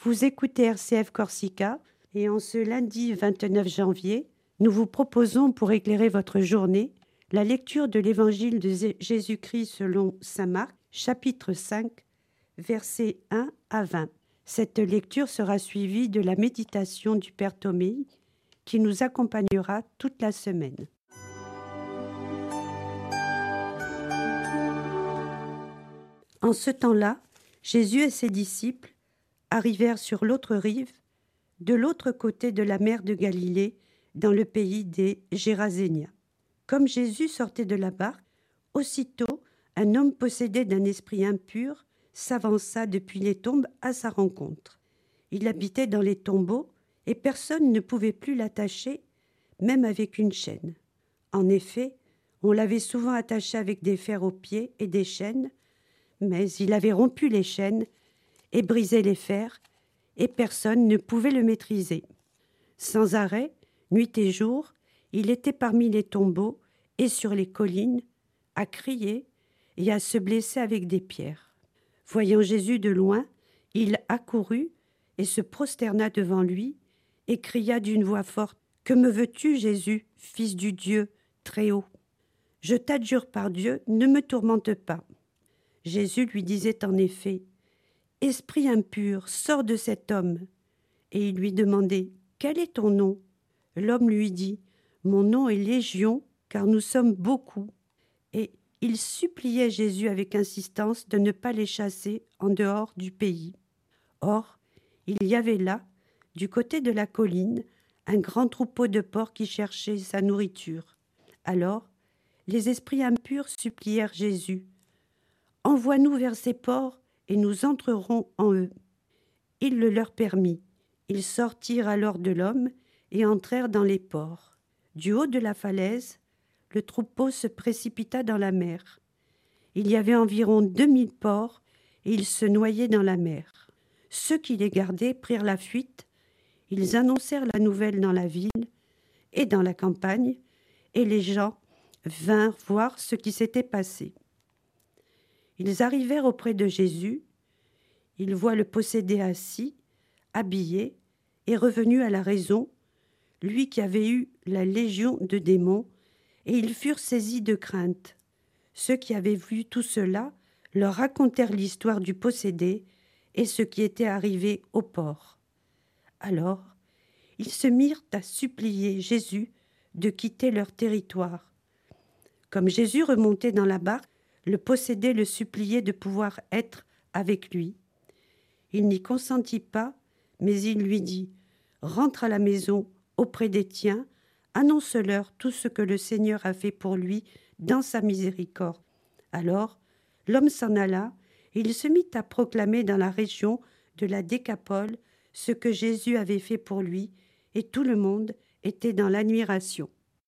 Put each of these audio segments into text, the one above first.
Vous écoutez RCF Corsica et en ce lundi 29 janvier, nous vous proposons pour éclairer votre journée la lecture de l'Évangile de Jésus-Christ selon saint Marc, chapitre 5, versets 1 à 20. Cette lecture sera suivie de la méditation du Père Thomé qui nous accompagnera toute la semaine. En ce temps-là, Jésus et ses disciples arrivèrent sur l'autre rive, de l'autre côté de la mer de Galilée, dans le pays des Géraséniens. Comme Jésus sortait de la barque, aussitôt un homme possédé d'un esprit impur s'avança depuis les tombes à sa rencontre. Il habitait dans les tombeaux et personne ne pouvait plus l'attacher, même avec une chaîne. En effet, on l'avait souvent attaché avec des fers aux pieds et des chaînes, mais il avait rompu les chaînes et brisé les fers, et personne ne pouvait le maîtriser. Sans arrêt, nuit et jour, il était parmi les tombeaux et sur les collines, à crier et à se blesser avec des pierres. Voyant Jésus de loin, il accourut et se prosterna devant lui et cria d'une voix forte : « Que me veux-tu, Jésus, fils du Dieu très haut ? Je t'adjure par Dieu, ne me tourmente pas. » Jésus lui disait en effet : « Esprit impur, sors de cet homme. » Et il lui demandait : « Quel est ton nom ? » L'homme lui dit : « Mon nom est Légion, car nous sommes beaucoup. » Et il suppliait Jésus avec insistance de ne pas les chasser en dehors du pays. Or, il y avait là, du côté de la colline, un grand troupeau de porcs qui cherchait sa nourriture. Alors, les esprits impurs supplièrent Jésus : « Envoie-nous vers ces porcs, et nous entrerons en eux. » Il le leur permit. Ils sortirent alors de l'homme et entrèrent dans les porcs. Du haut de la falaise, le troupeau se précipita dans la mer. Il y avait environ 2000 porcs et ils se noyaient dans la mer. Ceux qui les gardaient prirent la fuite. Ils annoncèrent la nouvelle dans la ville et dans la campagne, et les gens vinrent voir ce qui s'était passé. Ils arrivèrent auprès de Jésus. Ils voient le possédé assis, habillé et revenu à la raison, lui qui avait eu la légion de démons, et ils furent saisis de crainte. Ceux qui avaient vu tout cela leur racontèrent l'histoire du possédé et ce qui était arrivé au porc. Alors, ils se mirent à supplier Jésus de quitter leur territoire. Comme Jésus remontait dans la barque, le possédé le suppliait de pouvoir être avec lui. Il n'y consentit pas, mais il lui dit : « Rentre à la maison auprès des tiens, annonce-leur tout ce que le Seigneur a fait pour lui dans sa miséricorde. » Alors, l'homme s'en alla, et il se mit à proclamer dans la région de la Décapole ce que Jésus avait fait pour lui, et tout le monde était dans l'admiration.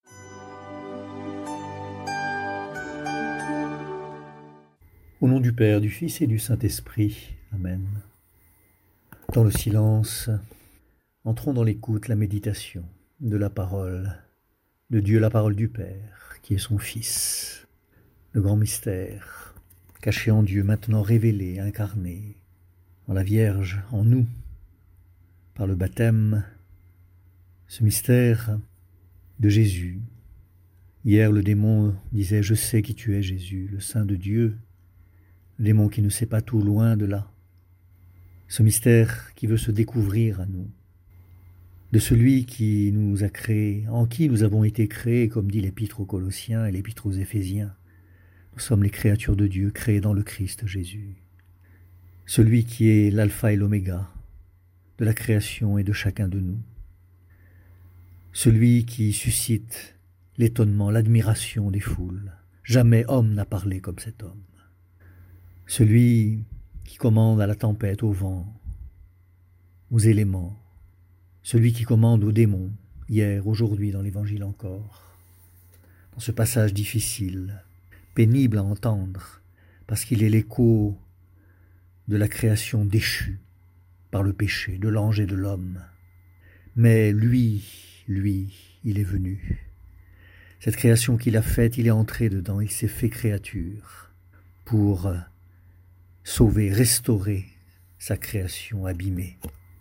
Au nom du Père, du Fils et du Saint-Esprit. Amen. Dans le silence, entrons dans l'écoute, la méditation de la parole de Dieu, la parole du Père, qui est son Fils. Le grand mystère, caché en Dieu, maintenant révélé, incarné, en la Vierge, en nous, par le baptême, ce mystère de Jésus. Hier, le démon disait : « Je sais qui tu es, Jésus, le Saint de Dieu. » Le démon qui ne sait pas tout, loin de là. Ce mystère qui veut se découvrir à nous, de celui qui nous a créés, en qui nous avons été créés, comme dit l'Épître aux Colossiens et l'Épître aux Éphésiens. Nous sommes les créatures de Dieu, créées dans le Christ Jésus. Celui qui est l'alpha et l'oméga de la création et de chacun de nous. Celui qui suscite l'étonnement, l'admiration des foules. Jamais homme n'a parlé comme cet homme. Celui qui commande à la tempête, au vent, aux éléments. Celui qui commande aux démons, hier, aujourd'hui, dans l'Évangile encore. Dans ce passage difficile, pénible à entendre, parce qu'il est l'écho de la création déchue par le péché, de l'ange et de l'homme. Mais lui, il est venu. Cette création qu'il a faite, il est entré dedans, il s'est fait créature pour sauver, restaurer sa création abîmée.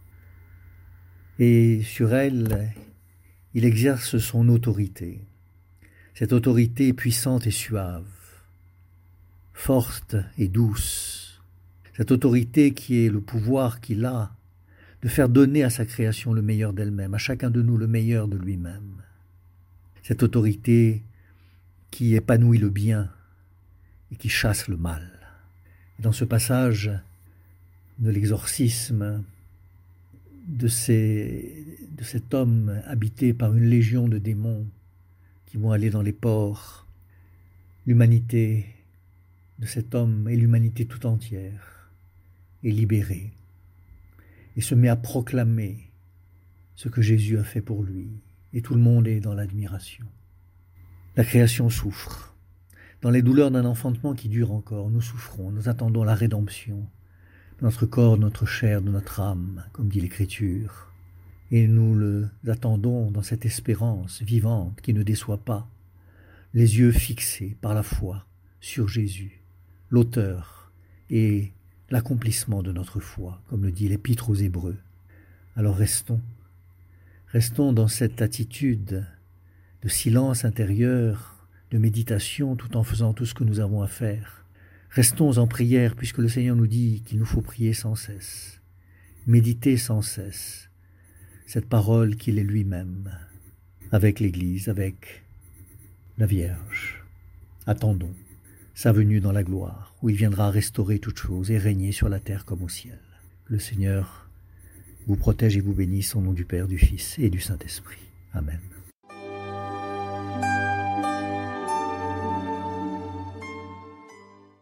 et sur elle, il exerce son autorité. Cette autorité puissante et suave, forte et douce. Cette autorité qui est le pouvoir qu'il a de faire donner à sa création le meilleur d'elle-même, à chacun de nous le meilleur de lui-même. Cette autorité qui épanouit le bien et qui chasse le mal. Et dans ce passage de l'exorcisme de cet homme habité par une légion de démons qui vont aller dans les ports, l'humanité de cet homme et l'humanité tout entière est libérée et se met à proclamer ce que Jésus a fait pour lui. Et tout le monde est dans l'admiration. La création souffre. Dans les douleurs d'un enfantement qui dure encore, nous souffrons, nous attendons la rédemption de notre corps, de notre chair, de notre âme, comme dit l'Écriture. Et nous le attendons dans cette espérance vivante qui ne déçoit pas, les yeux fixés par la foi sur Jésus, l'auteur et l'accomplissement de notre foi, comme le dit l'Épître aux Hébreux. Alors restons dans cette attitude de silence intérieur, de méditation, tout en faisant tout ce que nous avons à faire. Restons en prière, puisque le Seigneur nous dit qu'il nous faut prier sans cesse, méditer sans cesse cette parole qu'il est lui-même, avec l'Église, avec la Vierge. Attendons sa venue dans la gloire, où il viendra restaurer toutes choses et régner sur la terre comme au ciel. Le Seigneur vous protège et vous bénisse au nom du Père, du Fils et du Saint-Esprit. Amen.